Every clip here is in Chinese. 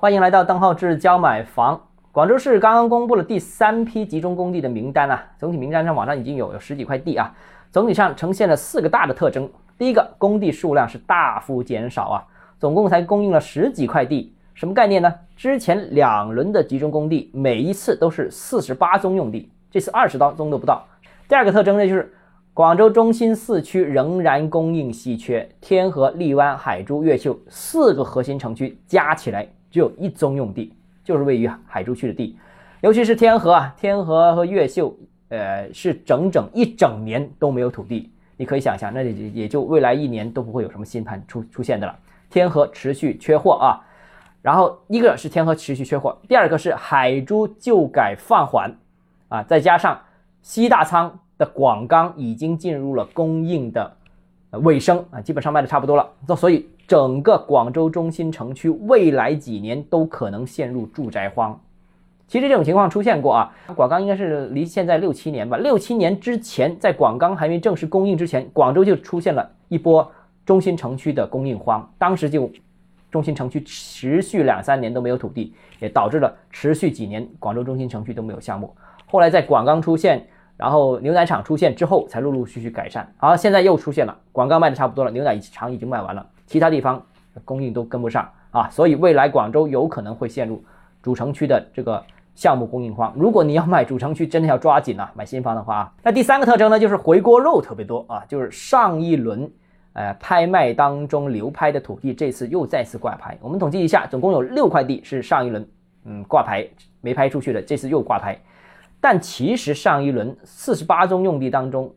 欢迎来到邓浩志教买房。广州市刚刚公布了第3批集中供地的名单啊，总体名单上网上已经有10几块地啊，总体上呈现了4个大的特征。第一个，供地数量是大幅减少啊，总共才供应了10几块地，什么概念呢？之前2轮的集中供地，每一次都是48宗用地，这次20多宗都不到。第二个特征呢，就是广州中心4区仍然供应稀缺，天河、荔湾、海珠、越秀4个核心城区加起来只有1宗用地，就是位于海珠区的地。尤其是天河和越秀，是整整年都没有土地。你可以想象，那也就未来1年都不会有什么新盘出现的了。天河持续缺货啊，然后一个是天河持续缺货，第二个是海珠旧改放缓啊，再加上西大仓的广钢已经进入了供应的尾声啊，基本上卖的差不多了，所以整个广州中心城区未来几年都可能陷入住宅荒。其实这种情况出现过啊，广钢应该是离现在6、7年吧，6、7年之前，在广钢还没正式供应之前，广州就出现了一波中心城区的供应荒，当时就中心城区持续2、3年都没有土地，也导致了持续几年广州中心城区都没有项目。后来在广钢出现，然后牛奶厂出现之后，才陆陆续续改善。好，现在又出现了，广钢卖的差不多了，牛奶厂已经卖完了，其他地方供应都跟不上啊，所以未来广州有可能会陷入主城区的这个项目供应荒。如果你要买主城区，真的要抓紧啊，买新房的话啊。那第3个特征呢，就是回锅肉特别多啊，就是上一轮拍卖当中流拍的土地，这次又再次挂牌。我们统计一下，总共有6块地是上一轮挂牌没拍出去的，这次又挂牌。但其实上一轮48宗用地当中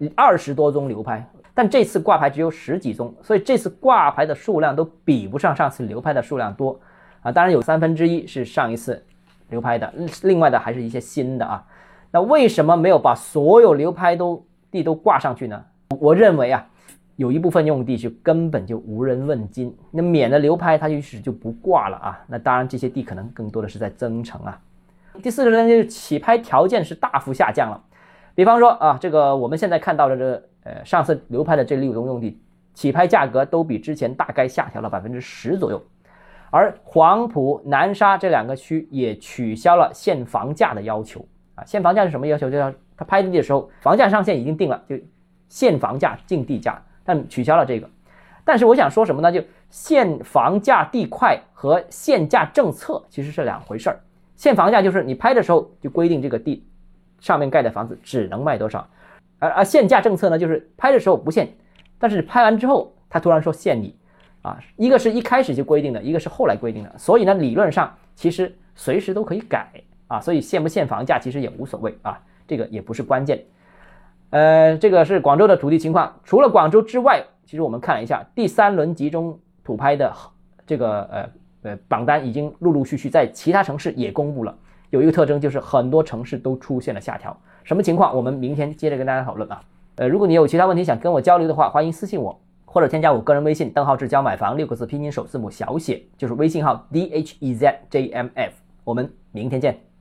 20多宗流拍，但这次挂牌只有10几宗，所以这次挂牌的数量都比不上上次流拍的数量多啊。当然有1/3是上一次流拍的，另外的还是一些新的啊。那为什么没有把所有流拍地都挂上去呢？我认为啊，有一部分用地就根本就无人问津，那免了流拍它于是就不挂了啊。那当然这些地可能更多的是在增城啊。第4个呢，就是起拍条件是大幅下降了。比方说啊，这个我们现在看到的上次流拍的这6宗用地，起拍价格都比之前大概下调了10%左右。而黄埔、南沙这2个区也取消了限房价的要求啊。限房价是什么要求？就是他拍地的时候，房价上限已经定了，就限房价、净地价，但取消了这个。但是我想说什么呢？就限房价地块和限价政策其实是2回事儿。限房价就是你拍的时候就规定这个地上面盖的房子只能卖多少，而限价政策呢，就是拍的时候不限，但是拍完之后他突然说限你啊，一个是一开始就规定的，一个是后来规定的，所以呢理论上其实随时都可以改啊，所以限不限房价其实也无所谓啊，这个也不是关键。这个是广州的土地情况。除了广州之外，其实我们看了一下第3轮集中土拍的这个榜单已经陆陆续续在其他城市也公布了，有一个特征就是很多城市都出现了下调。什么情况？我们明天接着跟大家讨论啊。如果你有其他问题想跟我交流的话，欢迎私信我，或者添加我个人微信邓浩志教买房6个字拼音首字母小写，就是微信号DHEZJMF。我们明天见。